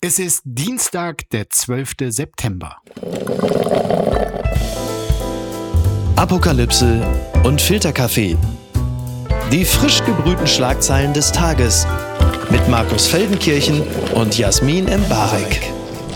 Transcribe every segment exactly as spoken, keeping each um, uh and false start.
Es ist Dienstag, der zwölfte September. Apokalypse und Filterkaffee. Die frisch gebrühten Schlagzeilen des Tages mit Markus Feldenkirchen und Jasmin Embarek.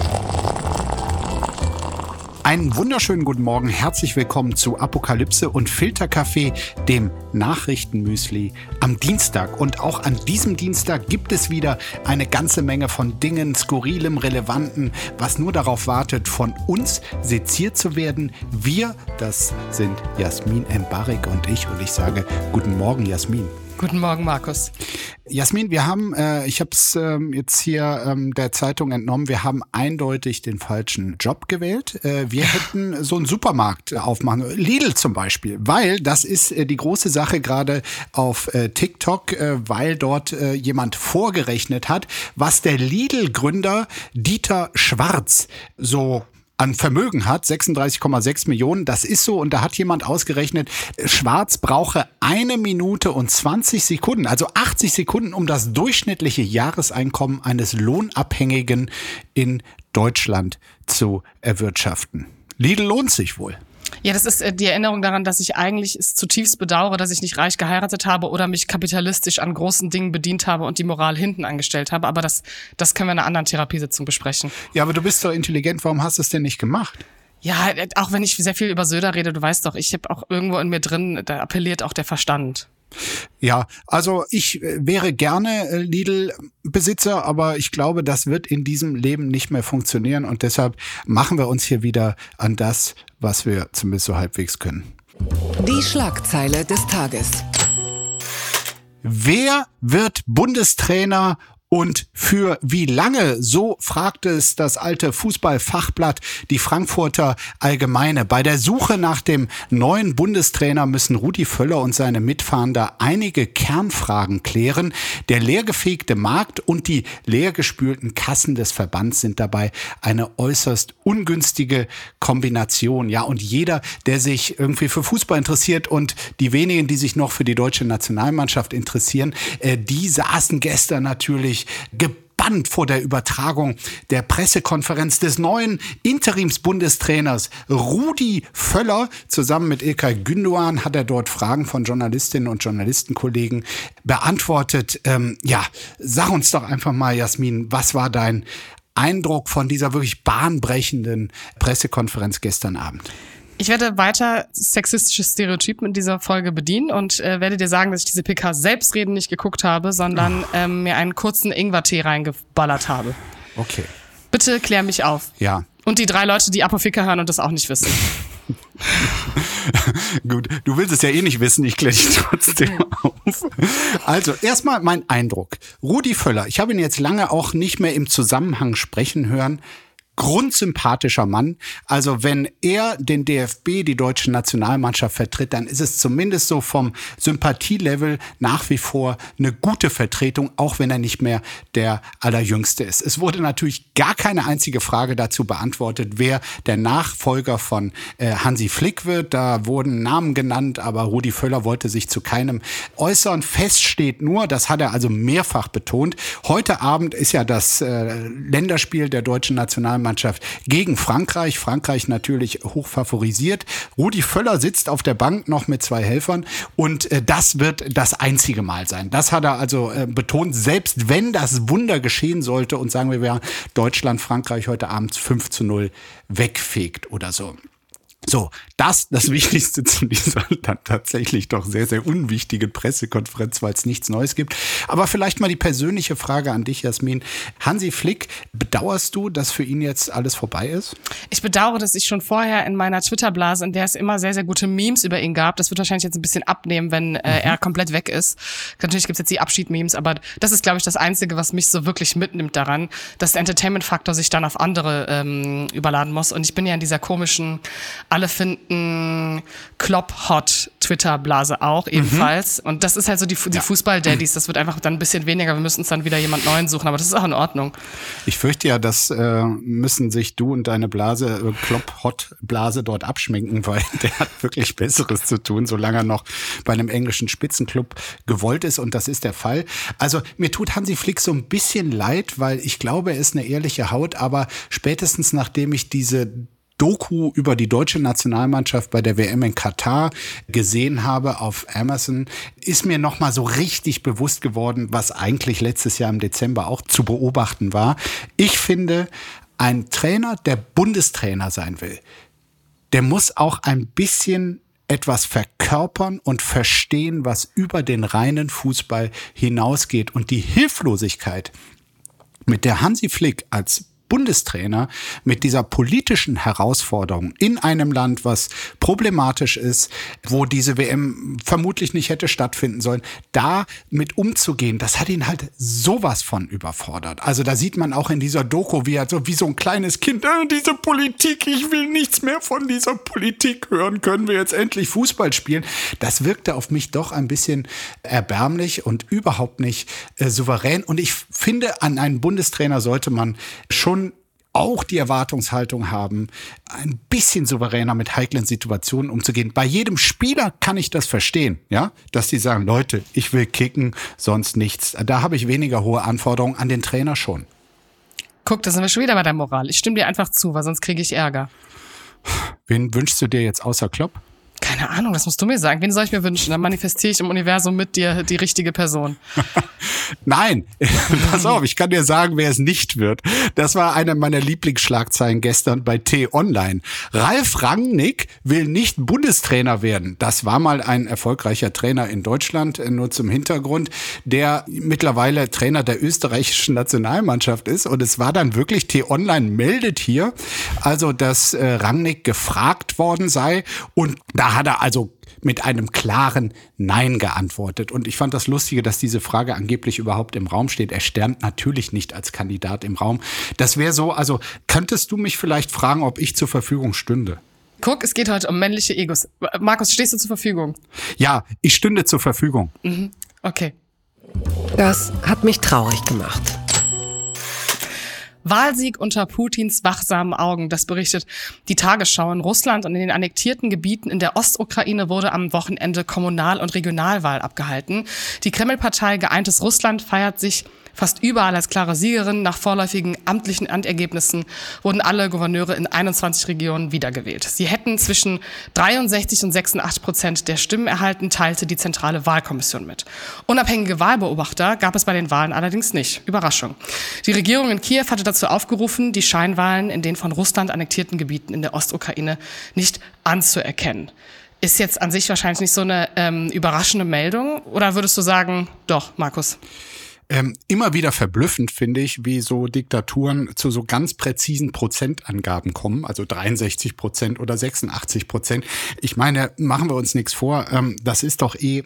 Einen wunderschönen guten Morgen, herzlich willkommen zu Apokalypse und Filterkaffee, dem Nachrichtenmüsli am Dienstag. Und auch an diesem Dienstag gibt es wieder eine ganze Menge von Dingen, Skurrilem, Relevanten, was nur darauf wartet, von uns seziert zu werden. Wir, das sind Jasmin Embarek und ich. Und ich sage guten Morgen, Jasmin. Guten Morgen, Markus. Jasmin, wir haben, äh, ich habe es ähm, jetzt hier ähm, der Zeitung entnommen, wir haben eindeutig den falschen Job gewählt. Äh, wir hätten so einen Supermarkt aufmachen, Lidl zum Beispiel, weil das ist äh, die große Sache gerade auf äh, TikTok, äh, weil dort äh, jemand vorgerechnet hat, was der Lidl-Gründer Dieter Schwarz so an Vermögen hat, sechsunddreißig Komma sechs Millionen, das ist so. Und da hat jemand ausgerechnet, Schwarz brauche eine Minute und zwanzig Sekunden, also achtzig Sekunden, um das durchschnittliche Jahreseinkommen eines Lohnabhängigen in Deutschland zu erwirtschaften. Lidl lohnt sich wohl. Ja, das ist die Erinnerung daran, dass ich eigentlich es zutiefst bedauere, dass ich nicht reich geheiratet habe oder mich kapitalistisch an großen Dingen bedient habe und die Moral hinten angestellt habe. Aber das, das können wir in einer anderen Therapiesitzung besprechen. Ja, aber du bist doch intelligent. Warum hast du es denn nicht gemacht? Ja, auch wenn ich sehr viel über Söder rede, du weißt doch, ich habe auch irgendwo in mir drin, da appelliert auch der Verstand. Ja, also ich wäre gerne Lidl-Besitzer, aber ich glaube, das wird in diesem Leben nicht mehr funktionieren und deshalb machen wir uns hier wieder an das, was wir zumindest so halbwegs können. Die Schlagzeile des Tages. Wer wird Bundestrainer? Und für wie lange? So fragte es das alte Fußballfachblatt, die Frankfurter Allgemeine. Bei der Suche nach dem neuen Bundestrainer müssen Rudi Völler und seine Mitfahnder einige Kernfragen klären. Der leergefegte Markt und die leergespülten Kassen des Verbands sind dabei eine äußerst ungünstige Kombination. Ja, und jeder, der sich irgendwie für Fußball interessiert und die wenigen, die sich noch für die deutsche Nationalmannschaft interessieren, äh, die saßen gestern natürlich gebannt vor der Übertragung der Pressekonferenz des neuen Interimsbundestrainers Rudi Völler. Zusammen mit İlkay Gündoğan hat er dort Fragen von Journalistinnen und Journalistenkollegen beantwortet. Ähm, ja, sag uns doch einfach mal, Jasmin, was war dein Eindruck von dieser wirklich bahnbrechenden Pressekonferenz gestern Abend? Ich werde weiter sexistische Stereotypen in dieser Folge bedienen und äh, werde dir sagen, dass ich diese P K selbstredend nicht geguckt habe, sondern ähm, mir einen kurzen Ingwertee reingeballert habe. Okay. Bitte klär mich auf. Ja. Und die drei Leute, die Apofika hören und das auch nicht wissen. Gut, du willst es ja eh nicht wissen, ich kläre dich trotzdem auf. Also, erstmal mein Eindruck. Rudi Völler, ich habe ihn jetzt lange auch nicht mehr im Zusammenhang sprechen hören. Grundsympathischer Mann. Also wenn er den D F B, die deutsche Nationalmannschaft vertritt, dann ist es zumindest so vom Sympathielevel nach wie vor eine gute Vertretung, auch wenn er nicht mehr der Allerjüngste ist. Es wurde natürlich gar keine einzige Frage dazu beantwortet, wer der Nachfolger von äh, Hansi Flick wird. Da wurden Namen genannt, aber Rudi Völler wollte sich zu keinem äußern. Fest steht nur, das hat er also mehrfach betont, heute Abend ist ja das äh, Länderspiel der deutschen Nationalmannschaft gegen Frankreich. Frankreich natürlich hoch favorisiert. Rudi Völler sitzt auf der Bank noch mit zwei Helfern und äh, das wird das einzige Mal sein. Das hat er also äh, betont, selbst wenn das Wunder geschehen sollte und sagen wir, wer Deutschland Frankreich heute Abend fünf zu null wegfegt oder so. So, das das Wichtigste zu dieser dann tatsächlich doch sehr, sehr unwichtigen Pressekonferenz, weil es nichts Neues gibt. Aber vielleicht mal die persönliche Frage an dich, Jasmin. Hansi Flick, bedauerst du, dass für ihn jetzt alles vorbei ist? Ich bedauere, dass ich schon vorher in meiner Twitter-Blase, in der es immer sehr, sehr gute Memes über ihn gab, das wird wahrscheinlich jetzt ein bisschen abnehmen, wenn äh, mhm. er komplett weg ist. Natürlich gibt es jetzt die Abschied-Memes, aber das ist, glaube ich, das Einzige, was mich so wirklich mitnimmt daran, dass der Entertainment-Faktor sich dann auf andere ähm, überladen muss. Und ich bin ja in dieser komischen alle finden Klopp hot, Twitter-Blase auch ebenfalls. Mhm. Und das ist halt so die, die ja. Fußball-Daddies. Das wird einfach dann ein bisschen weniger. Wir müssen uns dann wieder jemand Neuen suchen. Aber das ist auch in Ordnung. Ich fürchte ja, das äh, müssen sich du und deine Blase, äh, Klopp-Hot-Blase dort abschminken, weil der hat wirklich Besseres zu tun, solange er noch bei einem englischen Spitzenclub gewollt ist. Und das ist der Fall. Also mir tut Hansi Flick so ein bisschen leid, weil ich glaube, er ist eine ehrliche Haut. Aber spätestens nachdem ich diese Doku über die deutsche Nationalmannschaft bei der W M in Katar gesehen habe auf Amazon, ist mir noch mal so richtig bewusst geworden, was eigentlich letztes Jahr im Dezember auch zu beobachten war. Ich finde, ein Trainer, der Bundestrainer sein will, der muss auch ein bisschen etwas verkörpern und verstehen, was über den reinen Fußball hinausgeht. Und die Hilflosigkeit, mit der Hansi Flick als Bundestrainer mit dieser politischen Herausforderung in einem Land, was problematisch ist, wo diese W M vermutlich nicht hätte stattfinden sollen, da mit umzugehen, das hat ihn halt sowas von überfordert. Also da sieht man auch in dieser Doku, wie er so wie so ein kleines Kind, äh, diese Politik, ich will nichts mehr von dieser Politik hören, können wir jetzt endlich Fußball spielen? Das wirkte auf mich doch ein bisschen erbärmlich und überhaupt nicht äh, souverän. Und ich finde, an einen Bundestrainer sollte man schon auch die Erwartungshaltung haben, ein bisschen souveräner mit heiklen Situationen umzugehen. Bei jedem Spieler kann ich das verstehen, ja, dass die sagen, Leute, ich will kicken, sonst nichts. Da habe ich weniger hohe Anforderungen, an den Trainer schon. Guck, da sind wir schon wieder bei der Moral. Ich stimme dir einfach zu, weil sonst kriege ich Ärger. Wen wünschst du dir jetzt außer Klopp? Keine Ahnung, das musst du mir sagen. Wen soll ich mir wünschen? Dann manifestiere ich im Universum mit dir die richtige Person. Nein, pass auf, ich kann dir sagen, wer es nicht wird. Das war eine meiner Lieblingsschlagzeilen gestern bei T-Online. Ralf Rangnick will nicht Bundestrainer werden. Das war mal ein erfolgreicher Trainer in Deutschland, nur zum Hintergrund, der mittlerweile Trainer der österreichischen Nationalmannschaft ist. Und es war dann wirklich, T-Online meldet hier, also dass äh, Rangnick gefragt worden sei. Und da hat er also mit einem klaren Nein geantwortet. Und ich fand das Lustige, dass diese Frage angeblich überhaupt im Raum steht. Er stand natürlich nicht als Kandidat im Raum. Das wäre so, also könntest du mich vielleicht fragen, ob ich zur Verfügung stünde? Guck, es geht heute um männliche Egos. Markus, stehst du zur Verfügung? Ja, ich stünde zur Verfügung. Mhm. Okay. Das hat mich traurig gemacht. Wahlsieg unter Putins wachsamen Augen, das berichtet die Tagesschau. In Russland und in den annektierten Gebieten in der Ostukraine wurde am Wochenende Kommunal- und Regionalwahl abgehalten. Die Kreml-Partei Geeintes Russland feiert sich fast überall als klare Siegerin. Nach vorläufigen amtlichen Endergebnissen wurden alle Gouverneure in einundzwanzig Regionen wiedergewählt. Sie hätten zwischen dreiundsechzig und sechsundachtzig Prozent der Stimmen erhalten, teilte die Zentrale Wahlkommission mit. Unabhängige Wahlbeobachter gab es bei den Wahlen allerdings nicht. Überraschung. Die Regierung in Kiew hatte dazu aufgerufen, die Scheinwahlen in den von Russland annektierten Gebieten in der Ostukraine nicht anzuerkennen. Ist jetzt an sich wahrscheinlich nicht so eine ähm, überraschende Meldung? Oder würdest du sagen, doch, Markus? Ähm, immer wieder verblüffend, finde ich, wie so Diktaturen zu so ganz präzisen Prozentangaben kommen, also dreiundsechzig Prozent oder sechsundachtzig Prozent. Ich meine, machen wir uns nichts vor, ähm, das ist doch eh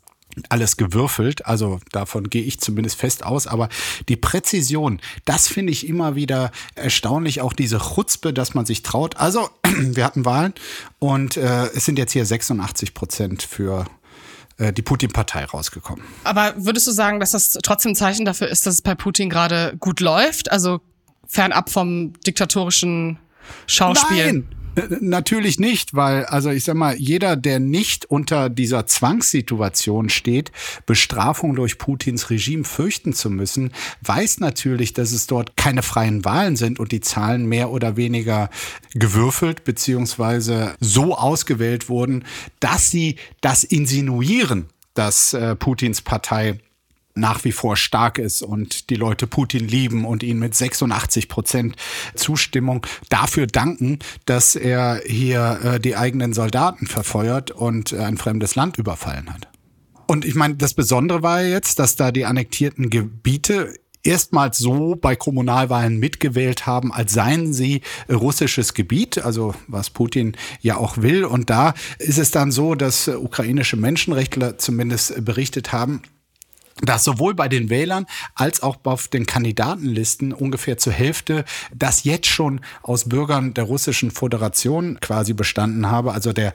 alles gewürfelt, also davon gehe ich zumindest fest aus, aber die Präzision, das finde ich immer wieder erstaunlich, auch diese Chutzpe, dass man sich traut. Also, wir hatten Wahlen und äh, es sind jetzt hier sechsundachtzig Prozent für die Putin-Partei rausgekommen. Aber würdest du sagen, dass das trotzdem ein Zeichen dafür ist, dass es bei Putin gerade gut läuft? Also fernab vom diktatorischen Schauspiel? Nein, natürlich nicht, weil, also ich sag mal, jeder, der nicht unter dieser Zwangssituation steht, Bestrafung durch Putins Regime fürchten zu müssen, weiß natürlich, dass es dort keine freien Wahlen sind und die Zahlen mehr oder weniger gewürfelt beziehungsweise so ausgewählt wurden, dass sie das insinuieren, dass äh, Putins Partei nach wie vor stark ist und die Leute Putin lieben und ihn mit sechsundachtzig Prozent Zustimmung dafür danken, dass er hier äh, die eigenen Soldaten verfeuert und äh, ein fremdes Land überfallen hat. Und ich meine, das Besondere war jetzt, dass da die annektierten Gebiete erstmals so bei Kommunalwahlen mitgewählt haben, als seien sie russisches Gebiet, also was Putin ja auch will. Und da ist es dann so, dass ukrainische Menschenrechtler zumindest berichtet haben, dass sowohl bei den Wählern als auch auf den Kandidatenlisten ungefähr zur Hälfte das jetzt schon aus Bürgern der Russischen Föderation quasi bestanden habe. Also der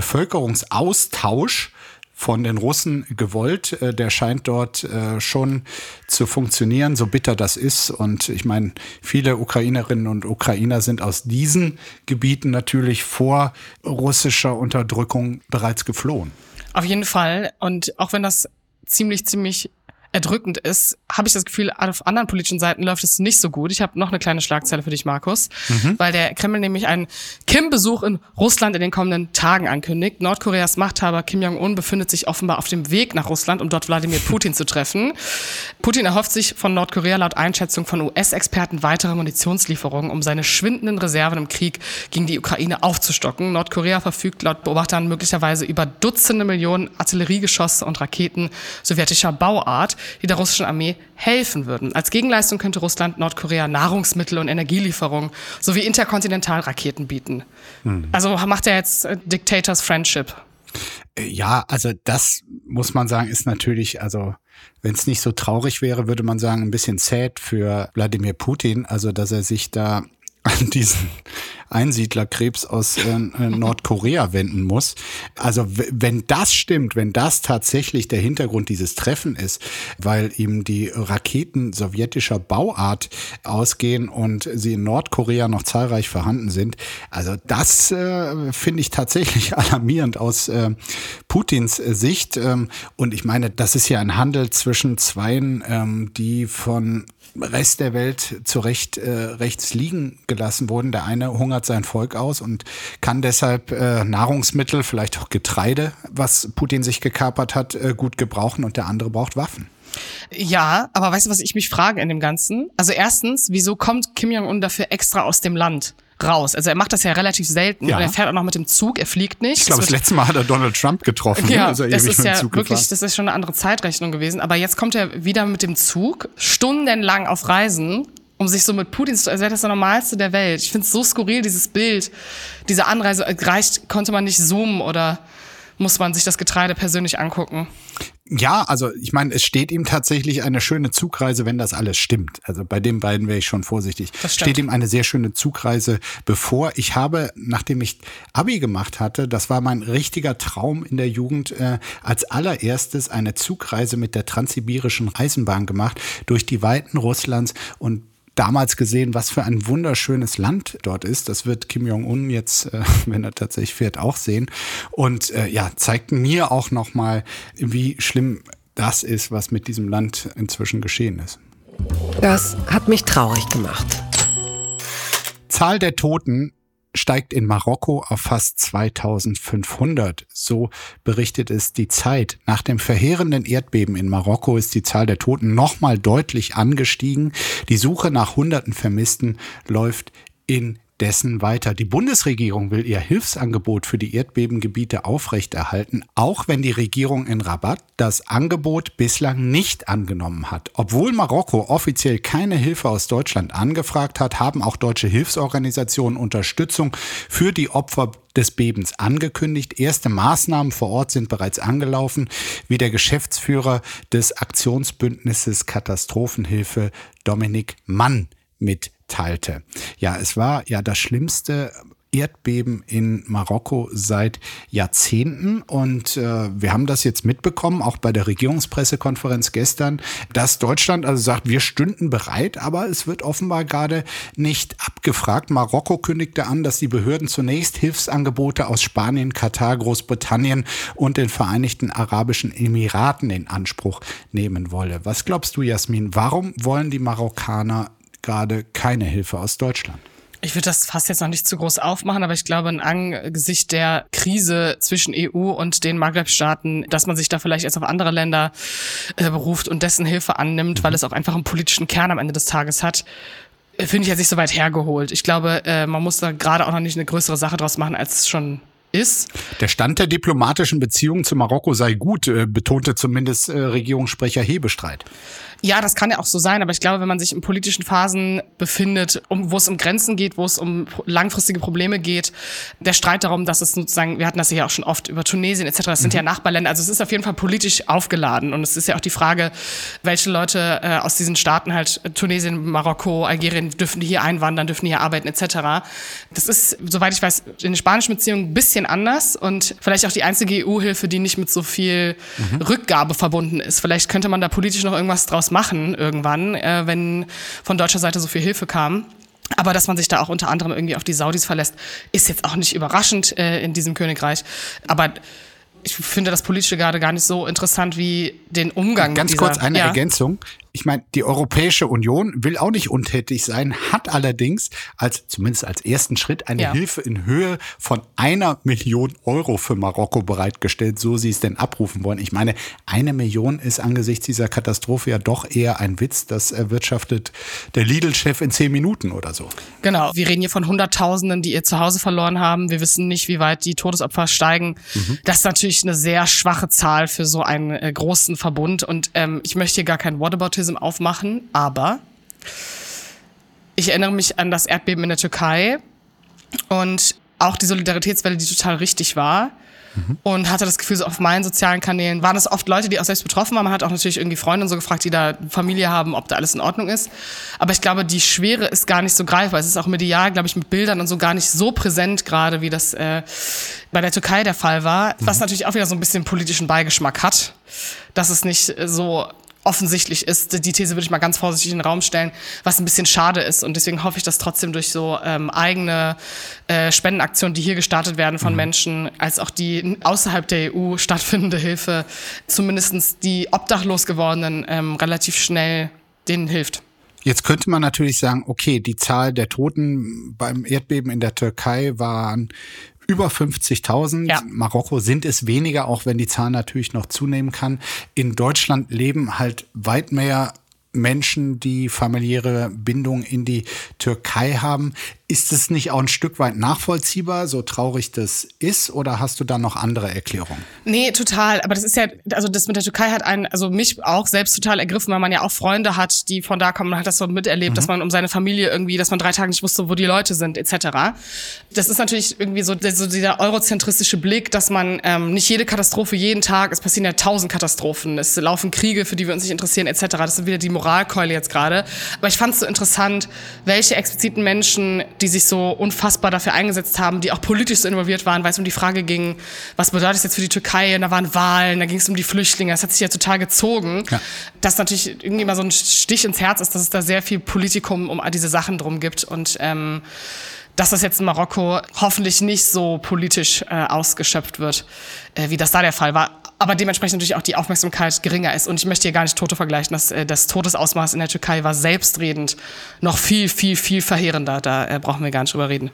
Bevölkerungsaustausch von den Russen gewollt, der scheint dort schon zu funktionieren, so bitter das ist. Und ich meine, viele Ukrainerinnen und Ukrainer sind aus diesen Gebieten natürlich vor russischer Unterdrückung bereits geflohen. Auf jeden Fall. Und auch wenn das ziemlich, ziemlich erdrückend ist, habe ich das Gefühl, auf anderen politischen Seiten läuft es nicht so gut. Ich habe noch eine kleine Schlagzeile für dich, Markus, mhm. weil der Kreml nämlich einen Kim-Besuch in Russland in den kommenden Tagen ankündigt. Nordkoreas Machthaber Kim Jong-un befindet sich offenbar auf dem Weg nach Russland, um dort Wladimir Putin zu treffen. Putin erhofft sich von Nordkorea laut Einschätzung von U S-Experten weitere Munitionslieferungen, um seine schwindenden Reserven im Krieg gegen die Ukraine aufzustocken. Nordkorea verfügt laut Beobachtern möglicherweise über Dutzende Millionen Artilleriegeschosse und Raketen sowjetischer Bauart, die der russischen Armee helfen würden. Als Gegenleistung könnte Russland Nordkorea Nahrungsmittel und Energielieferungen sowie Interkontinentalraketen bieten. Mhm. Also macht er jetzt äh, Dictators Friendship. Ja, also das muss man sagen, ist natürlich, also wenn es nicht so traurig wäre, würde man sagen, ein bisschen sad für Wladimir Putin, also dass er sich da an diesen Einsiedlerkrebs aus äh, Nordkorea wenden muss. Also w- wenn das stimmt, wenn das tatsächlich der Hintergrund dieses Treffen ist, weil ihm die Raketen sowjetischer Bauart ausgehen und sie in Nordkorea noch zahlreich vorhanden sind, also das äh, finde ich tatsächlich alarmierend aus äh, Putins äh, Sicht. Ähm, und ich meine, das ist ja ein Handel zwischen Zweien, ähm, die von Rest der Welt zu Recht äh, rechts liegen gelassen wurden. Der eine hungert sein Volk aus und kann deshalb äh, Nahrungsmittel, vielleicht auch Getreide, was Putin sich gekapert hat, äh, gut gebrauchen, und der andere braucht Waffen. Ja, aber weißt du, was ich mich frage in dem Ganzen? Also erstens, wieso kommt Kim Jong-un dafür extra aus dem Land raus? Also er macht das ja relativ selten. Ja. Und er fährt auch noch mit dem Zug, er fliegt nicht. Ich glaube, das, das letzte Mal hat er Donald Trump getroffen. Ja, also das ist ja Zug wirklich, gefahren. Das ist schon eine andere Zeitrechnung gewesen. Aber jetzt kommt er wieder mit dem Zug, stundenlang auf Reisen, um sich so mit Putin zu, als wäre das der Normalste der Welt. Ich finde es so skurril, dieses Bild, diese Anreise. Reicht, konnte man nicht zoomen oder muss man sich das Getreide persönlich angucken? Ja, also ich meine, es steht ihm tatsächlich eine schöne Zugreise, wenn das alles stimmt. Also bei den beiden wäre ich schon vorsichtig. Das steht ihm eine sehr schöne Zugreise bevor. Ich habe, nachdem ich Abi gemacht hatte, das war mein richtiger Traum in der Jugend, äh, als allererstes eine Zugreise mit der Transsibirischen Eisenbahn gemacht durch die Weiten Russlands und damals gesehen, was für ein wunderschönes Land dort ist. Das wird Kim Jong-un jetzt, äh, wenn er tatsächlich fährt, auch sehen. Und äh, ja, zeigt mir auch nochmal, wie schlimm das ist, was mit diesem Land inzwischen geschehen ist. Das hat mich traurig gemacht. Zahl der Toten steigt in Marokko auf fast zweitausendfünfhundert. So berichtet es die Zeit. Nach dem verheerenden Erdbeben in Marokko ist die Zahl der Toten nochmal deutlich angestiegen. Die Suche nach Hunderten Vermissten läuft in dessen weiter. Die Bundesregierung will ihr Hilfsangebot für die Erdbebengebiete aufrechterhalten, auch wenn die Regierung in Rabat das Angebot bislang nicht angenommen hat. Obwohl Marokko offiziell keine Hilfe aus Deutschland angefragt hat, haben auch deutsche Hilfsorganisationen Unterstützung für die Opfer des Bebens angekündigt. Erste Maßnahmen vor Ort sind bereits angelaufen, wie der Geschäftsführer des Aktionsbündnisses Katastrophenhilfe Dominik Mann mitteilte. Ja, es war ja das schlimmste Erdbeben in Marokko seit Jahrzehnten und äh, wir haben das jetzt mitbekommen, auch bei der Regierungspressekonferenz gestern, dass Deutschland also sagt, wir stünden bereit, aber es wird offenbar gerade nicht abgefragt. Marokko kündigte an, dass die Behörden zunächst Hilfsangebote aus Spanien, Katar, Großbritannien und den Vereinigten Arabischen Emiraten in Anspruch nehmen wolle. Was glaubst du, Jasmin, warum wollen die Marokkaner gerade keine Hilfe aus Deutschland? Ich würde das fast jetzt noch nicht zu groß aufmachen, aber ich glaube, angesichts der Krise zwischen E U und den Maghreb-Staaten, dass man sich da vielleicht erst auf andere Länder äh, beruft und dessen Hilfe annimmt, mhm. weil es auch einfach einen politischen Kern am Ende des Tages hat, finde ich jetzt nicht so weit hergeholt. Ich glaube, äh, man muss da gerade auch noch nicht eine größere Sache draus machen, als es schon ist. Der Stand der diplomatischen Beziehungen zu Marokko sei gut, äh, betonte zumindest äh, Regierungssprecher Hebestreit. Ja, das kann ja auch so sein, aber ich glaube, wenn man sich in politischen Phasen befindet, um, wo es um Grenzen geht, wo es um langfristige Probleme geht, der Streit darum, dass es sozusagen, wir hatten das ja auch schon oft über Tunesien et cetera, das sind mhm. ja Nachbarländer, also es ist auf jeden Fall politisch aufgeladen und es ist ja auch die Frage, welche Leute äh, aus diesen Staaten halt, Tunesien, Marokko, Algerien, dürfen die hier einwandern, dürfen die hier arbeiten et cetera. Das ist, soweit ich weiß, in den spanischen Beziehungen ein bisschen anders und vielleicht auch die einzige E U-Hilfe, die nicht mit so viel mhm. Rückgabe verbunden ist. Vielleicht könnte man da politisch noch irgendwas draus machen irgendwann, äh, wenn von deutscher Seite so viel Hilfe kam. Aber dass man sich da auch unter anderem irgendwie auf die Saudis verlässt, ist jetzt auch nicht überraschend äh, in diesem Königreich. Aber ich finde das Politische gerade gar nicht so interessant wie den Umgang. Ganz dieser, kurz eine ja. Ergänzung. Ich meine, die Europäische Union will auch nicht untätig sein, hat allerdings als zumindest als ersten Schritt eine ja. Hilfe in Höhe von einer Million Euro für Marokko bereitgestellt, so sie es denn abrufen wollen. Ich meine, eine Million ist angesichts dieser Katastrophe ja doch eher ein Witz. Das erwirtschaftet der Lidl-Chef in zehn Minuten oder so. Genau, wir reden hier von Hunderttausenden, die ihr Zuhause verloren haben. Wir wissen nicht, wie weit die Todesopfer steigen. Mhm. Das ist natürlich eine sehr schwache Zahl für so einen äh, großen Verbund. Und ähm, ich möchte hier gar kein Whataboutism aufmachen, aber ich erinnere mich an das Erdbeben in der Türkei und auch die Solidaritätswelle, die total richtig war. Mhm. Und hatte das Gefühl, so auf meinen sozialen Kanälen waren es oft Leute, die auch selbst betroffen waren. Man hat auch natürlich irgendwie Freunde und so gefragt, die da Familie haben, ob da alles in Ordnung ist. Aber ich glaube, die Schwere ist gar nicht so greifbar. Es ist auch medial, glaube ich, mit Bildern und so gar nicht so präsent, gerade wie das äh, bei der Türkei der Fall war. Mhm. Was natürlich auch wieder so ein bisschen politischen Beigeschmack hat. Dass es nicht so offensichtlich ist, die These würde ich mal ganz vorsichtig in den Raum stellen, was ein bisschen schade ist. Und deswegen hoffe ich, dass trotzdem durch so ähm, eigene äh, Spendenaktionen, die hier gestartet werden von mhm. Menschen, als auch die außerhalb der E U stattfindende Hilfe, zumindest die obdachlos gewordenen ähm, relativ schnell denen hilft. Jetzt könnte man natürlich sagen, okay, die Zahl der Toten beim Erdbeben in der Türkei waren über fünfzigtausend. Ja. Marokko sind es weniger, auch wenn die Zahl natürlich noch zunehmen kann. In Deutschland leben halt weit mehr Menschen, die familiäre Bindung in die Türkei haben. Ist es nicht auch ein Stück weit nachvollziehbar, so traurig das ist, oder hast du da noch andere Erklärungen? Nee, total. Aber das ist ja, also das mit der Türkei hat einen, also mich auch selbst total ergriffen, weil man ja auch Freunde hat, die von da kommen. Man hat das so miterlebt, mhm. dass man um seine Familie irgendwie, dass man drei Tage nicht wusste, wo die Leute sind, et cetera. Das ist natürlich irgendwie so, so dieser eurozentristische Blick, dass man ähm, nicht jede Katastrophe jeden Tag, es passieren ja tausend Katastrophen, es laufen Kriege, für die wir uns nicht interessieren, et cetera. Das sind wieder die Moralkeule jetzt gerade. Aber ich fand es so interessant, welche expliziten Menschen, die sich so unfassbar dafür eingesetzt haben, die auch politisch so involviert waren, weil es um die Frage ging, was bedeutet das jetzt für die Türkei? Und da waren Wahlen, da ging es um die Flüchtlinge, das hat sich ja total gezogen. Ja. Dass natürlich irgendwie mal so ein Stich ins Herz ist, dass es da sehr viel Politikum um diese Sachen drum gibt und ähm, dass das jetzt in Marokko hoffentlich nicht so politisch äh, ausgeschöpft wird, äh, wie das da der Fall war. Aber dementsprechend natürlich auch die Aufmerksamkeit geringer ist. Und ich möchte hier gar nicht Tote vergleichen. Das, äh, das Todesausmaß in der Türkei war selbstredend noch viel, viel, viel verheerender. Da äh, brauchen wir gar nicht drüber reden.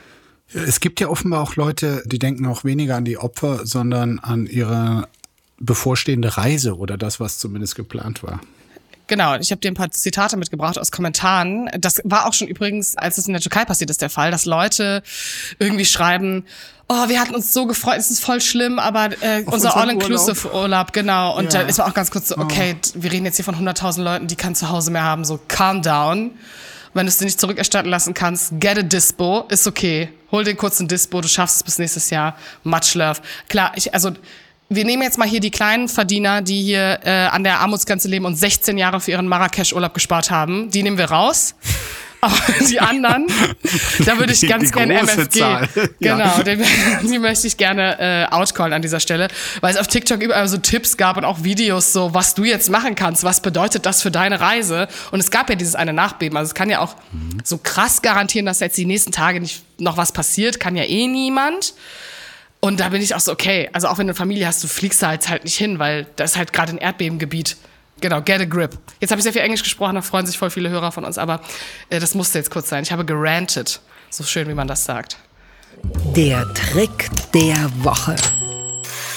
Es gibt ja offenbar auch Leute, die denken auch weniger an die Opfer, sondern an ihre bevorstehende Reise oder das, was zumindest geplant war. Genau, ich habe dir ein paar Zitate mitgebracht aus Kommentaren. Das war auch schon übrigens, als es in der Türkei passiert ist, der Fall, dass Leute irgendwie schreiben, oh, wir hatten uns so gefreut, es ist voll schlimm, aber äh, unser All-Inclusive-Urlaub, genau. Und ja. da ist man auch ganz kurz so, okay, oh. wir reden jetzt hier von hunderttausend Leuten, die kein Zuhause mehr haben, so calm down. Wenn du es dir nicht zurückerstatten lassen kannst, get a Dispo, ist okay. Hol den kurzen Dispo, du schaffst es bis nächstes Jahr. Much love. Klar, ich, also wir nehmen jetzt mal hier die kleinen Verdiener, die hier äh, an der Armutsgrenze leben und sechzehn Jahre für ihren Marrakesch-Urlaub gespart haben. Die nehmen wir raus. Aber die anderen, da würde ich die, ganz die gerne M F G. Zahl. Genau, ja. die, die möchte ich gerne äh, outcallen an dieser Stelle, weil es auf TikTok überall so Tipps gab und auch Videos, so was du jetzt machen kannst, was bedeutet das für deine Reise? Und es gab ja dieses eine Nachbeben. Also es kann ja auch mhm. so krass garantieren, dass jetzt die nächsten Tage nicht noch was passiert, kann ja eh niemand. Und da bin ich auch so, okay, also auch wenn du eine Familie hast, du fliegst da jetzt halt nicht hin, weil das ist halt gerade ein Erdbebengebiet. Genau, get a grip. Jetzt habe ich sehr viel Englisch gesprochen, da freuen sich voll viele Hörer von uns, aber äh, das musste jetzt kurz sein. Ich habe gerantet, so schön, wie man das sagt. Der Trick der Woche.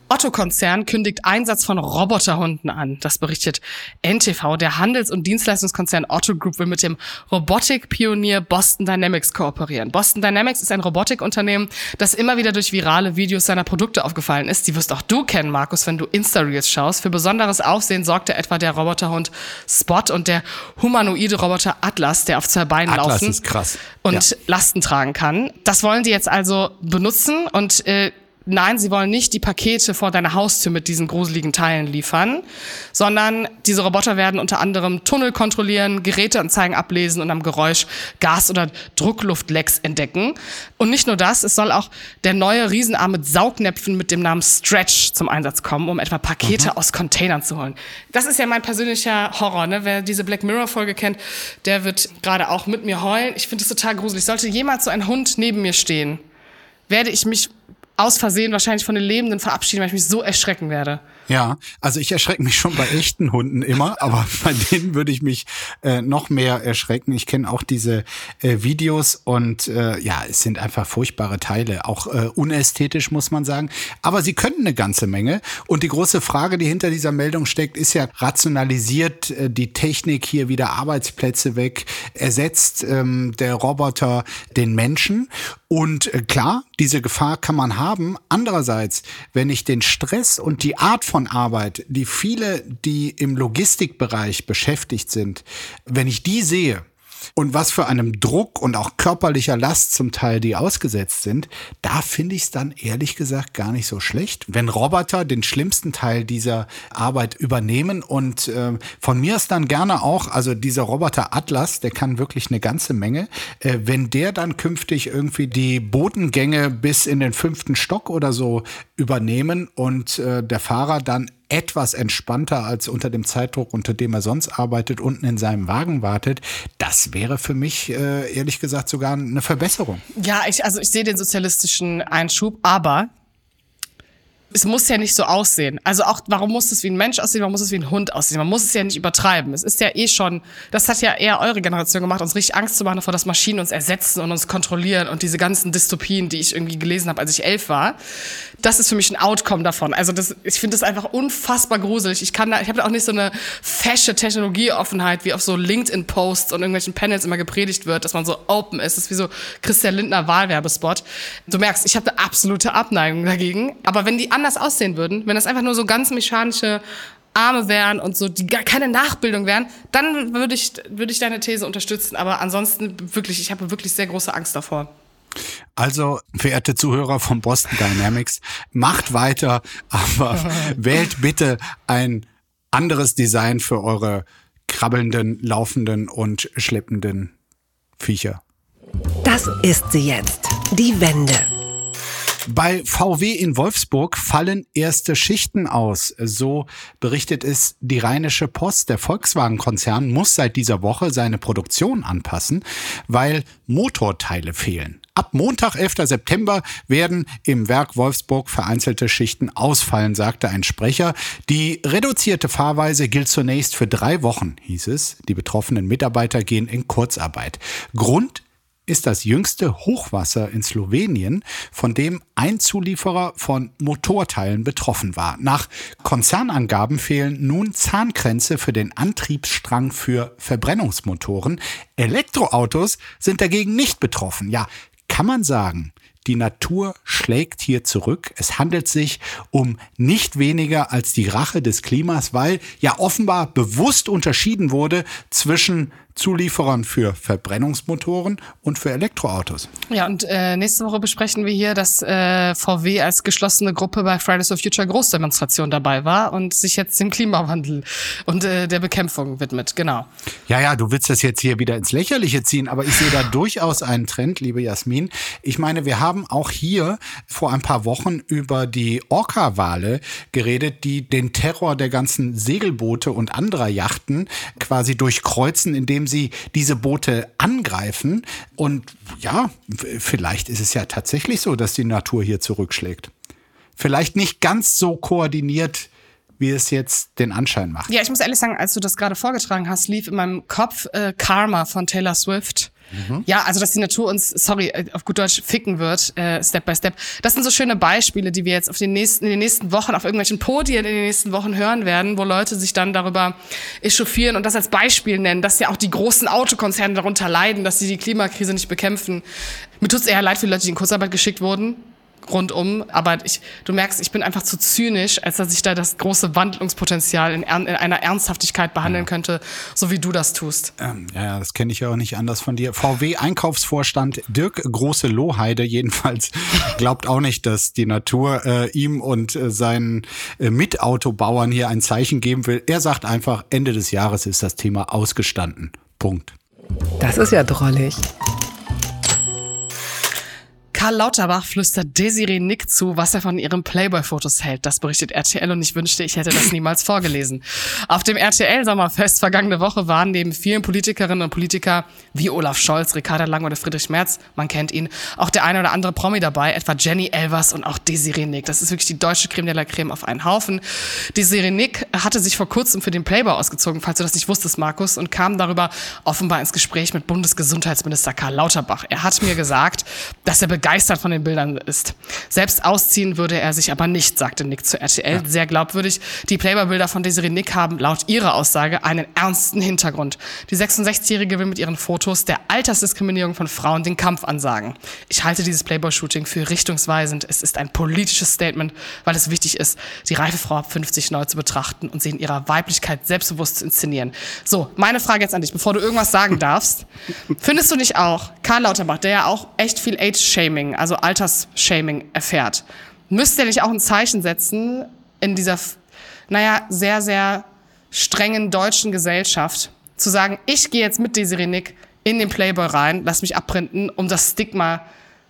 Otto-Konzern kündigt Einsatz von Roboterhunden an. Das berichtet N T V. Der Handels- und Dienstleistungskonzern Otto Group will mit dem Robotikpionier Boston Dynamics kooperieren. Boston Dynamics ist ein Robotikunternehmen, das immer wieder durch virale Videos seiner Produkte aufgefallen ist. Die wirst auch du kennen, Markus, wenn du Insta-Reels schaust. Für besonderes Aufsehen sorgte etwa der Roboterhund Spot und der humanoide Roboter Atlas, der auf zwei Beinen Atlas laufen ist krass. und Ja. Lasten tragen kann. Das wollen die jetzt also benutzen und äh, nein, sie wollen nicht die Pakete vor deiner Haustür mit diesen gruseligen Teilen liefern, sondern diese Roboter werden unter anderem Tunnel kontrollieren, Geräteanzeigen ablesen und am Geräusch Gas- oder Druckluftlecks entdecken. Und nicht nur das, es soll auch der neue Riesenarm mit Saugnäpfen mit dem Namen Stretch zum Einsatz kommen, um etwa Pakete mhm. aus Containern zu holen. Das ist ja mein persönlicher Horror, ne? Wer diese Black Mirror-Folge kennt, der wird gerade auch mit mir heulen. Ich finde das total gruselig. Sollte jemals so ein Hund neben mir stehen, werde ich mich aus Versehen wahrscheinlich von den Lebenden verabschieden, weil ich mich so erschrecken werde. Ja, also ich erschrecke mich schon bei echten Hunden immer, aber bei denen würde ich mich äh, noch mehr erschrecken. Ich kenne auch diese äh, Videos und äh, ja, es sind einfach furchtbare Teile, auch äh, unästhetisch, muss man sagen. Aber sie können eine ganze Menge. Und die große Frage, die hinter dieser Meldung steckt, ist ja, rationalisiert äh, die Technik hier wieder Arbeitsplätze weg, ersetzt ähm, der Roboter den Menschen? Und äh, klar, diese Gefahr kann man haben. Andererseits, wenn ich den Stress und die Art von Arbeit, die viele, die im Logistikbereich beschäftigt sind, wenn ich die sehe und was für einem Druck und auch körperlicher Last zum Teil die ausgesetzt sind, da finde ich es dann ehrlich gesagt gar nicht so schlecht, wenn Roboter den schlimmsten Teil dieser Arbeit übernehmen und äh, von mir ist dann gerne auch, also dieser Roboter Atlas, der kann wirklich eine ganze Menge, äh, wenn der dann künftig irgendwie die Bodengänge bis in den fünften Stock oder so übernehmen und äh, der Fahrer dann etwas entspannter als unter dem Zeitdruck, unter dem er sonst arbeitet, unten in seinem Wagen wartet, das wäre für mich äh, ehrlich gesagt sogar eine Verbesserung. Ja, ich, also ich sehe den sozialistischen Einschub, aber es muss ja nicht so aussehen. Also auch, warum muss es wie ein Mensch aussehen, warum muss es wie ein Hund aussehen? Man muss es ja nicht übertreiben. Es ist ja eh schon, das hat ja eher eure Generation gemacht, uns richtig Angst zu machen davor, dass Maschinen uns ersetzen und uns kontrollieren und diese ganzen Dystopien, die ich irgendwie gelesen habe, als ich elf war. Das ist für mich ein Outcome davon. Also das, ich finde das einfach unfassbar gruselig. Ich kann da, ich habe da auch nicht so eine fesche Technologieoffenheit, wie auf so LinkedIn-Posts und irgendwelchen Panels immer gepredigt wird, dass man so open ist. Das ist wie so Christian Lindner Wahlwerbespot. Du merkst, ich habe eine absolute Abneigung dagegen. Aber wenn die anders aussehen würden, wenn das einfach nur so ganz mechanische Arme wären und so, die gar keine Nachbildung wären, dann würde ich, würde ich deine These unterstützen. Aber ansonsten wirklich, ich habe wirklich sehr große Angst davor. Also, verehrte Zuhörer von Boston Dynamics, macht weiter, aber wählt bitte ein anderes Design für eure krabbelnden, laufenden und schleppenden Viecher. Das ist sie jetzt, die Wende. Bei V W in Wolfsburg fallen erste Schichten aus. So berichtet es die Rheinische Post. Der Volkswagen-Konzern muss seit dieser Woche seine Produktion anpassen, weil Motorteile fehlen. Ab Montag, elften September, werden im Werk Wolfsburg vereinzelte Schichten ausfallen, sagte ein Sprecher. Die reduzierte Fahrweise gilt zunächst für drei Wochen, hieß es. Die betroffenen Mitarbeiter gehen in Kurzarbeit. Grund ist das jüngste Hochwasser in Slowenien, von dem ein Zulieferer von Motorteilen betroffen war. Nach Konzernangaben fehlen nun Zahnkränze für den Antriebsstrang für Verbrennungsmotoren. Elektroautos sind dagegen nicht betroffen. Ja, kann man sagen, die Natur schlägt hier zurück. Es handelt sich um nicht weniger als die Rache des Klimas, weil ja offenbar bewusst unterschieden wurde zwischen Zulieferern für Verbrennungsmotoren und für Elektroautos. Ja, und äh, nächste Woche besprechen wir hier, dass äh, V W als geschlossene Gruppe bei Fridays for Future Großdemonstration dabei war und sich jetzt dem Klimawandel und äh, der Bekämpfung widmet. Genau. Ja, ja, du willst das jetzt hier wieder ins Lächerliche ziehen, aber ich sehe da durchaus einen Trend, liebe Jasmin. Ich meine, wir haben auch hier vor ein paar Wochen über die Orca-Wale geredet, die den Terror der ganzen Segelboote und anderer Yachten quasi durchkreuzen, indem sie diese Boote angreifen. Und ja, vielleicht ist es ja tatsächlich so, dass die Natur hier zurückschlägt. Vielleicht nicht ganz so koordiniert, wie es jetzt den Anschein macht. Ja, ich muss ehrlich sagen, als du das gerade vorgetragen hast, lief in meinem Kopf äh, Karma von Taylor Swift. Mhm. Ja, also dass die Natur uns, sorry, auf gut Deutsch ficken wird, äh, Step by Step. Das sind so schöne Beispiele, die wir jetzt auf den nächsten, in den nächsten Wochen, auf irgendwelchen Podien in den nächsten Wochen hören werden, wo Leute sich dann darüber echauffieren und das als Beispiel nennen, dass ja auch die großen Autokonzerne darunter leiden, dass sie die Klimakrise nicht bekämpfen. Mir tut's eher leid für die Leute, die in Kurzarbeit geschickt wurden. Rundum, aber ich, du merkst, ich bin einfach zu zynisch, als dass ich da das große Wandlungspotenzial in, in einer Ernsthaftigkeit behandeln ja. könnte, so wie du das tust. Ähm, ja, das kenne ich ja auch nicht anders von dir. V W-Einkaufsvorstand Dirk Große-Lohheide jedenfalls glaubt auch nicht, dass die Natur äh, ihm und äh, seinen äh, Mitautobauern hier ein Zeichen geben will. Er sagt einfach, Ende des Jahres ist das Thema ausgestanden. Punkt. Das ist ja drollig. Karl Lauterbach flüstert Desiree Nick zu, was er von ihren Playboy-Fotos hält. Das berichtet R T L und ich wünschte, ich hätte das niemals vorgelesen. Auf dem R T L-Sommerfest vergangene Woche waren neben vielen Politikerinnen und Politikern wie Olaf Scholz, Ricarda Lang oder Friedrich Merz, man kennt ihn, auch der eine oder andere Promi dabei, etwa Jenny Elvers und auch Desiree Nick. Das ist wirklich die deutsche Creme de la Creme auf einen Haufen. Desiree Nick hatte sich vor kurzem für den Playboy ausgezogen, falls du das nicht wusstest, Markus, und kam darüber offenbar ins Gespräch mit Bundesgesundheitsminister Karl Lauterbach. Er hat mir gesagt, dass er begeistert begeistert von den Bildern ist. Selbst ausziehen würde er sich aber nicht, sagte Nick zu R T L. Ja. Sehr glaubwürdig. Die Playboy-Bilder von Desiree Nick haben laut ihrer Aussage einen ernsten Hintergrund. Die sechsundsechzigjährige will mit ihren Fotos der Altersdiskriminierung von Frauen den Kampf ansagen. Ich halte dieses Playboy-Shooting für richtungsweisend. Es ist ein politisches Statement, weil es wichtig ist, die reife Frau ab fünfzig neu zu betrachten und sie in ihrer Weiblichkeit selbstbewusst zu inszenieren. So, meine Frage jetzt an dich, bevor du irgendwas sagen darfst. Findest du nicht auch, Karl Lauterbach, der ja auch echt viel Age-Shaming, also Altersshaming erfährt, müsste er nicht auch ein Zeichen setzen in dieser, naja, sehr, sehr strengen deutschen Gesellschaft, zu sagen, ich gehe jetzt mit Desiree Nick in den Playboy rein, lass mich abprinten, um das Stigma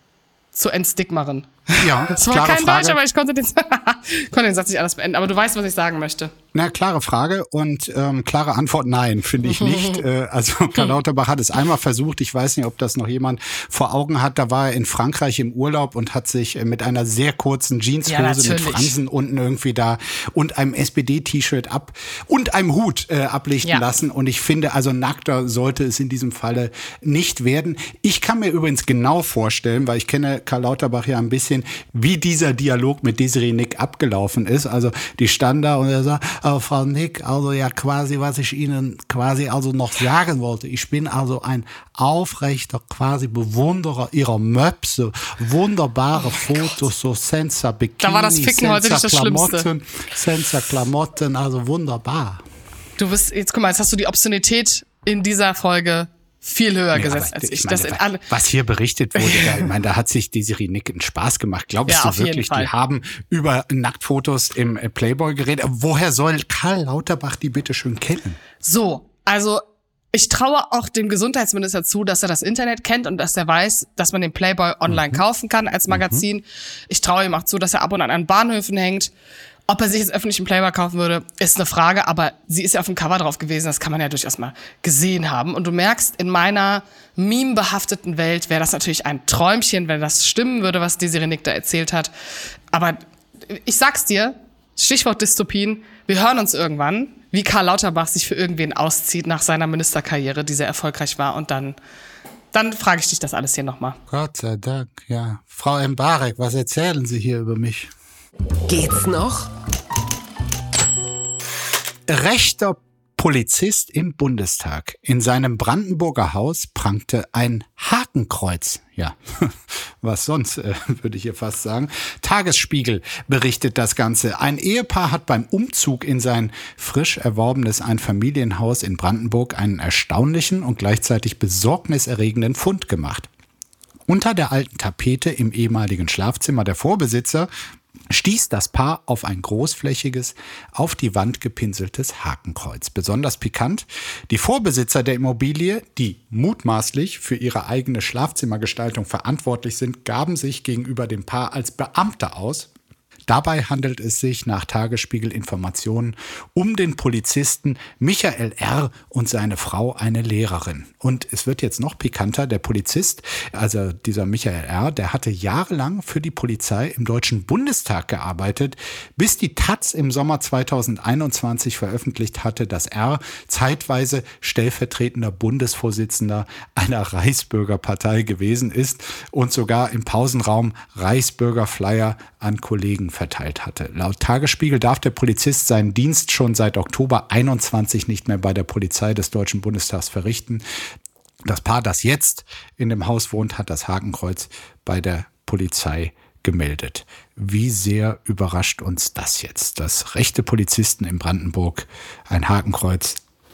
zu entstigmaren. Ja, das war kein Frage. Deutsch, aber ich konnte den, konnte den Satz nicht alles beenden. Aber du weißt, was ich sagen möchte. Na, klare Frage und ähm, klare Antwort, nein, finde ich nicht. äh, also Karl Lauterbach hat es einmal versucht. Ich weiß nicht, ob das noch jemand vor Augen hat. Da war er in Frankreich im Urlaub und hat sich äh, mit einer sehr kurzen Jeanshose ja, mit Fransen unten irgendwie da und einem S P D-T-Shirt ab und einem Hut äh, ablichten ja. lassen. Und ich finde, also nackter sollte es in diesem Falle nicht werden. Ich kann mir übrigens genau vorstellen, weil ich kenne Karl Lauterbach ja ein bisschen, wie dieser Dialog mit Desiree Nick abgelaufen ist. Also die stand da und er sagt, oh, Frau Nick, also ja quasi, was ich Ihnen quasi also noch sagen wollte. Ich bin also ein aufrechter quasi Bewunderer Ihrer Möpse. Wunderbare oh Fotos, so Senza Bikini, da war das Ficken heute nicht das Schlimmste. Senza Klamotten, also wunderbar. Du bist, jetzt guck mal, jetzt hast du die Obszönität in dieser Folge viel höher nee, gesetzt als ich. ich meine, das in alle was hier berichtet wurde, da, ich meine, da hat sich Desiree Nick einen Spaß gemacht. Glaubst ja, du wirklich, die haben über Nacktfotos im Playboy geredet? Woher soll Karl Lauterbach die bitte schön kennen? So, also ich traue auch dem Gesundheitsminister zu, dass er das Internet kennt und dass er weiß, dass man den Playboy online mhm. kaufen kann als Magazin. Mhm. Ich traue ihm auch zu, dass er ab und an an Bahnhöfen hängt. Ob er sich jetzt öffentlich einen Playboy kaufen würde, ist eine Frage, aber sie ist ja auf dem Cover drauf gewesen, das kann man ja durchaus mal gesehen haben. Und du merkst, in meiner meme-behafteten Welt wäre das natürlich ein Träumchen, wenn das stimmen würde, was Desiree Nick da erzählt hat. Aber ich sag's dir, Stichwort Dystopien, wir hören uns irgendwann, wie Karl Lauterbach sich für irgendwen auszieht nach seiner Ministerkarriere, die sehr erfolgreich war. Und dann, dann frage ich dich das alles hier nochmal. Gott sei Dank, ja. Frau Mbarek, was erzählen Sie hier über mich? Geht's noch? Rechter Polizist im Bundestag. In seinem Brandenburger Haus prangte ein Hakenkreuz. Ja, was sonst, äh, würde ich hier fast sagen. Tagesspiegel berichtet das Ganze. Ein Ehepaar hat beim Umzug in sein frisch erworbenes Einfamilienhaus in Brandenburg einen erstaunlichen und gleichzeitig besorgniserregenden Fund gemacht. Unter der alten Tapete im ehemaligen Schlafzimmer der Vorbesitzer stieß das Paar auf ein großflächiges, auf die Wand gepinseltes Hakenkreuz. Besonders pikant, die Vorbesitzer der Immobilie, die mutmaßlich für ihre eigene Schlafzimmergestaltung verantwortlich sind, gaben sich gegenüber dem Paar als Beamte aus. Dabei handelt es sich nach Tagesspiegel-Informationen um den Polizisten Michael R. und seine Frau, eine Lehrerin. Und es wird jetzt noch pikanter, der Polizist, also dieser Michael R., der hatte jahrelang für die Polizei im Deutschen Bundestag gearbeitet, bis die Taz im Sommer zweitausendeinundzwanzig veröffentlicht hatte, dass R. zeitweise stellvertretender Bundesvorsitzender einer Reichsbürgerpartei gewesen ist und sogar im Pausenraum Reichsbürgerflyer an Kollegen verteilt hatte. Laut Tagesspiegel darf der Polizist seinen Dienst schon seit Oktober einundzwanzig nicht mehr bei der Polizei des Deutschen Bundestags verrichten. Das Paar, das jetzt in dem Haus wohnt, hat das Hakenkreuz bei der Polizei gemeldet. Wie sehr überrascht uns das jetzt, dass rechte Polizisten in Brandenburg ein Hakenkreuz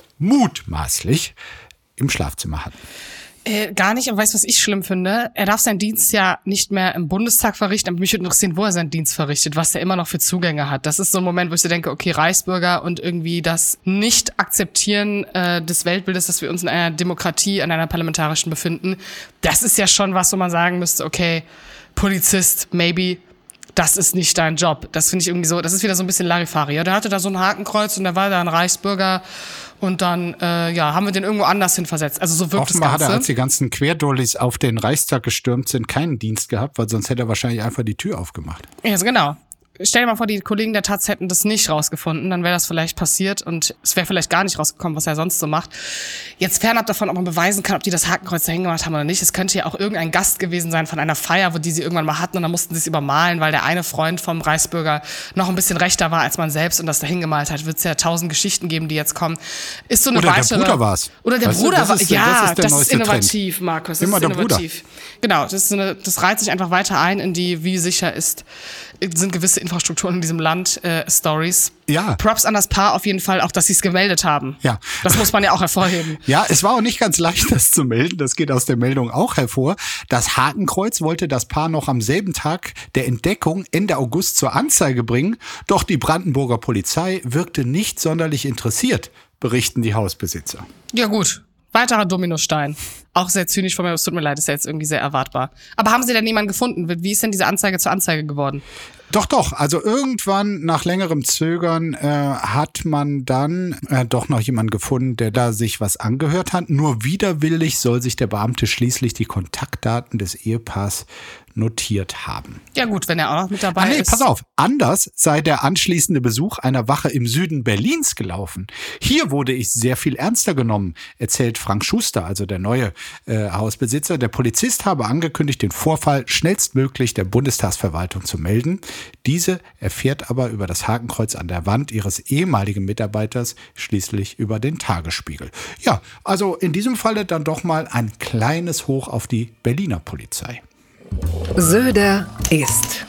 mutmaßlich im Schlafzimmer hatten? Äh, gar nicht, aber weißt du, was ich schlimm finde? Er darf seinen Dienst ja nicht mehr im Bundestag verrichten, aber mich würde interessieren, wo er seinen Dienst verrichtet, was er immer noch für Zugänge hat. Das ist so ein Moment, wo ich so denke, okay, Reichsbürger und irgendwie das Nicht-Akzeptieren äh, des Weltbildes, dass wir uns in einer Demokratie, in einer parlamentarischen befinden, das ist ja schon was, wo man sagen müsste, okay, Polizist, maybe, das ist nicht dein Job. Das finde ich irgendwie so, das ist wieder so ein bisschen Larifari. Ja, der hatte da so ein Hakenkreuz und der war da ein Reichsbürger und dann äh, ja, haben wir den irgendwo anders hin versetzt. Also so wirkt Offenbar das Ganze. Hat er, als die ganzen Querdollis auf den Reichstag gestürmt sind, keinen Dienst gehabt, weil sonst hätte er wahrscheinlich einfach die Tür aufgemacht. Ja, also genau. Stell dir mal vor, die Kollegen der Taz hätten das nicht rausgefunden, dann wäre das vielleicht passiert und es wäre vielleicht gar nicht rausgekommen, was er sonst so macht. Jetzt fernab davon, ob man beweisen kann, ob die das Hakenkreuz dahin gemacht haben oder nicht. Es könnte ja auch irgendein Gast gewesen sein von einer Feier, wo die sie irgendwann mal hatten und dann mussten sie es übermalen, weil der eine Freund vom Reichsbürger noch ein bisschen rechter war als man selbst und das dahin gemalt hat. Wird es ja tausend Geschichten geben, die jetzt kommen. Ist so eine Oder weitere, der Bruder war's. Oder der weißt du, Bruder war. Ja, das ist, das ist innovativ, Trend. Markus. Das Immer ist der innovativ. Bruder. Genau, das, ist eine, das reiht sich einfach weiter ein in die, wie sicher ist, sind gewisse Infrastrukturen in diesem Land, äh, Stories. Ja. Props an das Paar auf jeden Fall, auch dass sie es gemeldet haben. Ja. Das muss man ja auch hervorheben. Ja, es war auch nicht ganz leicht, das zu melden. Das geht aus der Meldung auch hervor. Das Hakenkreuz wollte das Paar noch am selben Tag der Entdeckung Ende August zur Anzeige bringen. Doch die Brandenburger Polizei wirkte nicht sonderlich interessiert, berichten die Hausbesitzer. Ja gut, weiterer Dominostein. Auch sehr zynisch von mir, es tut mir leid, ist ja jetzt irgendwie sehr erwartbar. Aber haben Sie denn jemanden gefunden? Wie ist denn diese Anzeige zur Anzeige geworden? Doch, doch. Also irgendwann nach längerem Zögern äh, hat man dann äh, doch noch jemanden gefunden, der da sich was angehört hat. Nur widerwillig soll sich der Beamte schließlich die Kontaktdaten des Ehepaars notiert haben. Ja gut, wenn er auch noch mit dabei ah, nee, ist. Pass auf, anders sei der anschließende Besuch einer Wache im Süden Berlins gelaufen. Hier wurde ich sehr viel ernster genommen, erzählt Frank Schuster, also der neue äh, Hausbesitzer. Der Polizist habe angekündigt, den Vorfall schnellstmöglich der Bundestagsverwaltung zu melden. Diese erfährt aber über das Hakenkreuz an der Wand ihres ehemaligen Mitarbeiters schließlich über den Tagesspiegel. Ja, also in diesem Falle dann doch mal ein kleines Hoch auf die Berliner Polizei. Söder ist.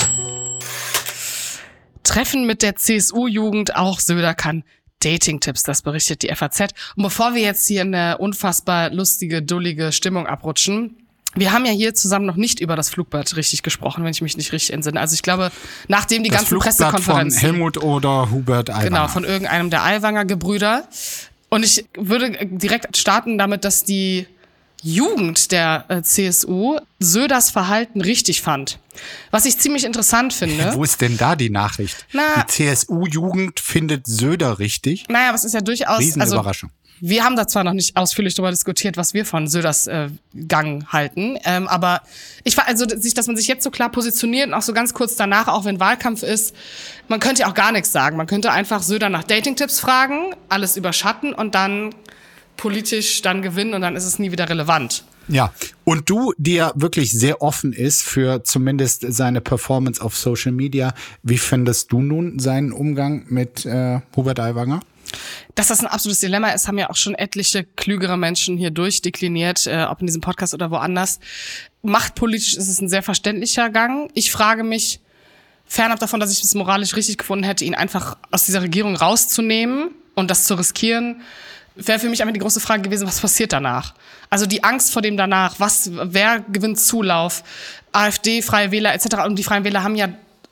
Treffen mit der C S U-Jugend, auch Söder kann Dating-Tipps, das berichtet die F A Z. Und bevor wir jetzt hier in eine unfassbar lustige, dullige Stimmung abrutschen, wir haben ja hier zusammen noch nicht über das Flugblatt richtig gesprochen, wenn ich mich nicht richtig entsinne. Also ich glaube, nachdem die das ganzen Flugblatt Pressekonferenzen... von Helmut oder Hubert Aiwanger. Genau, von irgendeinem der Aiwanger-Gebrüder. Und ich würde direkt starten damit, dass die Jugend der äh, C S U Söders Verhalten richtig fand. Was ich ziemlich interessant finde. Wo ist denn da die Nachricht? Na, die C S U-Jugend findet Söder richtig? Naja, aber es ist ja durchaus... Riesenüberraschung. Also, wir haben da zwar noch nicht ausführlich darüber diskutiert, was wir von Söders äh, Gang halten, ähm, aber ich war also, dass man sich jetzt so klar positioniert und auch so ganz kurz danach, auch wenn Wahlkampf ist, man könnte ja auch gar nichts sagen. Man könnte einfach Söder nach Dating-Tipps fragen, alles überschatten und dann politisch dann gewinnen und dann ist es nie wieder relevant. Ja, und du, die ja wirklich sehr offen ist für zumindest seine Performance auf Social Media, wie findest du nun seinen Umgang mit äh, Hubert Aiwanger? Dass das ein absolutes Dilemma ist, haben ja auch schon etliche klügere Menschen hier durchdekliniert, äh, ob in diesem Podcast oder woanders. Machtpolitisch ist es ein sehr verständlicher Gang. Ich frage mich, fernab davon, dass ich es moralisch richtig gefunden hätte, ihn einfach aus dieser Regierung rauszunehmen und das zu riskieren, wäre für mich einfach die große Frage gewesen, was passiert danach? Also die Angst vor dem danach, was, wer gewinnt Zulauf, AfD, Freie Wähler et cetera. Und die Freien Wähler haben ja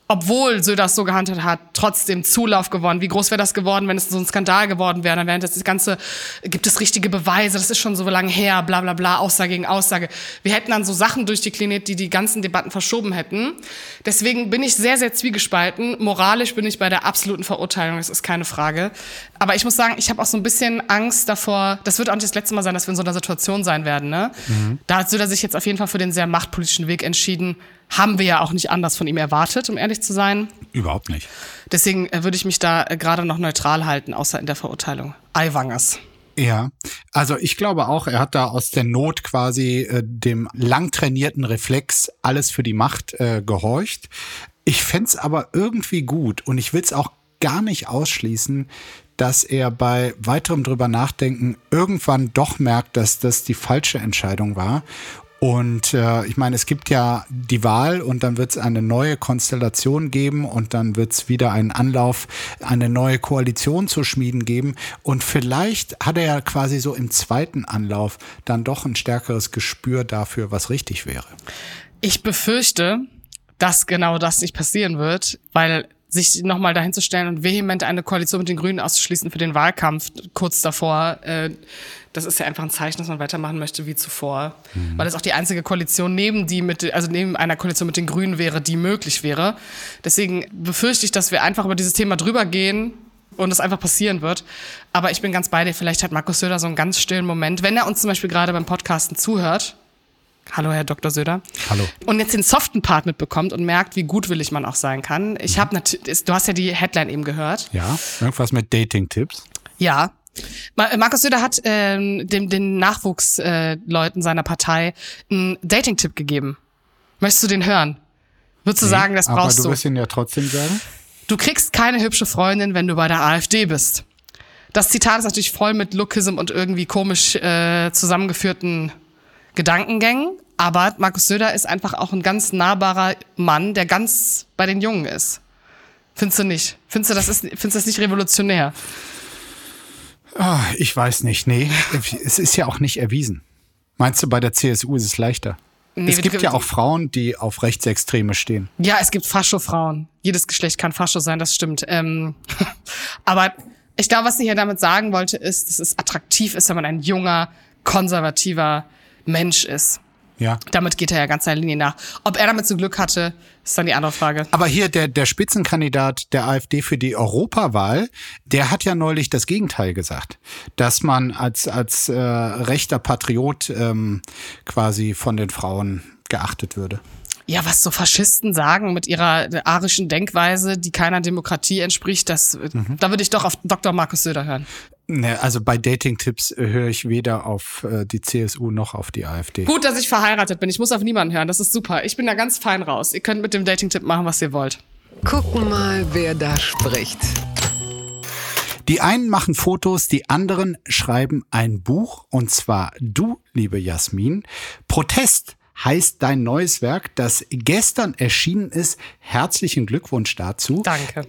obwohl Söder es so gehandhabt hat, trotzdem Zulauf gewonnen. Wie groß wäre das geworden, wenn es so ein Skandal geworden wäre? Dann wäre das Ganze, gibt es richtige Beweise, das ist schon so lange her, bla bla bla, Aussage gegen Aussage. Wir hätten dann so Sachen durchdekliniert, die die ganzen Debatten verschoben hätten. Deswegen bin ich sehr, sehr zwiegespalten. Moralisch bin ich bei der absoluten Verurteilung, das ist keine Frage. Aber ich muss sagen, ich habe auch so ein bisschen Angst davor, das wird auch nicht das letzte Mal sein, dass wir in so einer Situation sein werden. Ne? Mhm. Da hat Söder sich jetzt auf jeden Fall für den sehr machtpolitischen Weg entschieden. Haben wir ja auch nicht anders von ihm erwartet, um ehrlich zu sein. Überhaupt nicht. Deswegen äh, würde ich mich da äh, gerade noch neutral halten, außer in der Verurteilung. Aiwangers. Ja, also ich glaube auch, er hat da aus der Not quasi äh, dem lang trainierten Reflex alles für die Macht äh, gehorcht. Ich fänd's aber irgendwie gut und ich will's auch gar nicht ausschließen, dass er bei weiterem drüber nachdenken irgendwann doch merkt, dass das die falsche Entscheidung war. Und äh, ich meine, es gibt ja die Wahl und dann wird es eine neue Konstellation geben und dann wird es wieder einen Anlauf, eine neue Koalition zu schmieden geben. Und vielleicht hat er ja quasi so im zweiten Anlauf dann doch ein stärkeres Gespür dafür, was richtig wäre. Ich befürchte, dass genau das nicht passieren wird, weil sich nochmal dahin zu stellen und vehement eine Koalition mit den Grünen auszuschließen für den Wahlkampf kurz davor, äh, das ist ja einfach ein Zeichen, dass man weitermachen möchte wie zuvor. Mhm. Weil es auch die einzige Koalition neben die mit, also neben einer Koalition mit den Grünen wäre, die möglich wäre. Deswegen befürchte ich, dass wir einfach über dieses Thema drüber gehen und es einfach passieren wird. Aber ich bin ganz bei dir, vielleicht hat Markus Söder so einen ganz stillen Moment, wenn er uns zum Beispiel gerade beim Podcasten zuhört. Hallo, Herr Doktor Söder. Hallo. Und jetzt den soften Part mitbekommt und merkt, wie gutwillig man auch sein kann. Ich habe natürlich, du hast ja die Headline eben gehört. Ja, irgendwas mit Dating-Tipps. Ja. Markus Söder hat ähm, dem, den Nachwuchsleuten äh, seiner Partei einen Dating-Tipp gegeben. Möchtest du den hören? Würdest du nee, sagen, das brauchst du? Aber du wirst ihn ja trotzdem sagen. Du kriegst keine hübsche Freundin, wenn du bei der AfD bist. Das Zitat ist natürlich voll mit Lookism und irgendwie komisch äh, zusammengeführten Gedankengängen. Aber Markus Söder ist einfach auch ein ganz nahbarer Mann, der ganz bei den Jungen ist. Findest du nicht? Findest du das, ist, findest du das nicht revolutionär? Oh, ich weiß nicht, nee. Es ist ja auch nicht erwiesen. Meinst du, bei der C S U ist es leichter? Nee, es gibt ja auch Frauen, die auf Rechtsextreme stehen. Ja, es gibt Fascho-Frauen. Jedes Geschlecht kann Fascho sein, das stimmt. Ähm, aber ich glaube, was ich hier damit sagen wollte, ist, dass es attraktiv ist, wenn man ein junger, konservativer Mensch ist. Ja. Damit geht er ja ganz seiner Linie nach. Ob er damit so Glück hatte, ist dann die andere Frage. Aber hier der, der Spitzenkandidat der AfD für die Europawahl, der hat ja neulich das Gegenteil gesagt. Dass man als, als äh, rechter Patriot ähm, quasi von den Frauen geachtet würde. Ja, was so Faschisten sagen mit ihrer arischen Denkweise, die keiner Demokratie entspricht, das, mhm. da würde ich doch auf Doktor Markus Söder hören. Ne, also bei Dating-Tipps höre ich weder auf äh, die C S U noch auf die AfD. Gut, dass ich verheiratet bin. Ich muss auf niemanden hören. Das ist super. Ich bin da ganz fein raus. Ihr könnt mit dem Dating-Tipp machen, was ihr wollt. Gucken mal, wer da spricht. Die einen machen Fotos, die anderen schreiben ein Buch. Und zwar du, liebe Jasmin. Protest heißt dein neues Werk, das gestern erschienen ist. Herzlichen Glückwunsch dazu. Danke.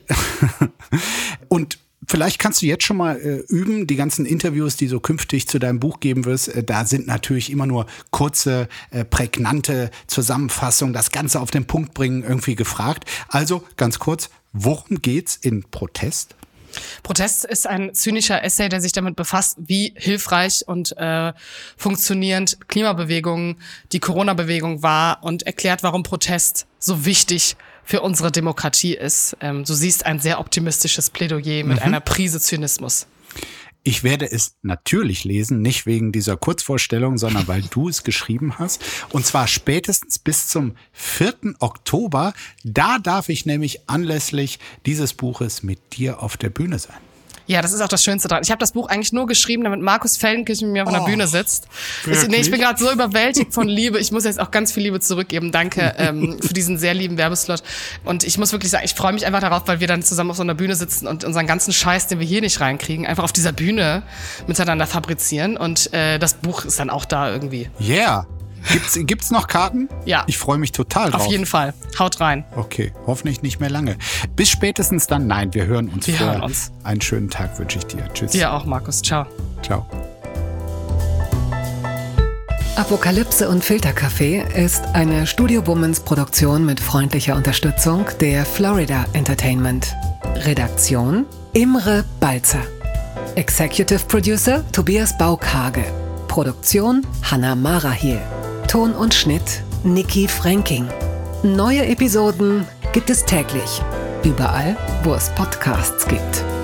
Und vielleicht kannst du jetzt schon mal äh, üben, die ganzen Interviews, die so künftig zu deinem Buch geben wirst, äh, da sind natürlich immer nur kurze, äh, prägnante Zusammenfassungen, das Ganze auf den Punkt bringen, irgendwie gefragt. Also ganz kurz, worum geht's in Protest? Protest ist ein zynischer Essay, der sich damit befasst, wie hilfreich und äh, funktionierend Klimabewegung, die Corona-Bewegung war und erklärt, warum Protest so wichtig für unsere Demokratie ist. Ähm, du siehst ein sehr optimistisches Plädoyer mit mhm. einer Prise Zynismus. Ich werde es natürlich lesen, nicht wegen dieser Kurzvorstellung, sondern weil du es geschrieben hast. Und zwar spätestens bis zum vierten Oktober. Da darf ich nämlich anlässlich dieses Buches mit dir auf der Bühne sein. Ja, das ist auch das Schönste dran. Ich habe das Buch eigentlich nur geschrieben, damit Markus Feldenkirchen mit mir auf oh, der Bühne sitzt. Ich, nee, ich bin gerade so überwältigt von Liebe. Ich muss jetzt auch ganz viel Liebe zurückgeben. Danke ähm, für diesen sehr lieben Werbeslot. Und ich muss wirklich sagen, ich freue mich einfach darauf, weil wir dann zusammen auf so einer Bühne sitzen und unseren ganzen Scheiß, den wir hier nicht reinkriegen, einfach auf dieser Bühne miteinander fabrizieren. Und äh, das Buch ist dann auch da irgendwie. Yeah. Gibt's, gibt's noch Karten? Ja. Ich freue mich total drauf. Auf jeden Fall. Haut rein. Okay, hoffentlich nicht mehr lange. Bis spätestens dann. Nein, wir hören uns. Wir hören uns. Einen schönen Tag wünsche ich dir. Tschüss. Dir auch, Markus. Ciao. Ciao. Apokalypse und Filterkaffee ist eine Studio Womans Produktion mit freundlicher Unterstützung der Florida Entertainment. Redaktion Imre Balzer. Executive Producer Tobias Baukage. Produktion Hanna Marahiel. Ton und Schnitt Niki Fränking. Neue Episoden gibt es täglich. Überall, wo es Podcasts gibt.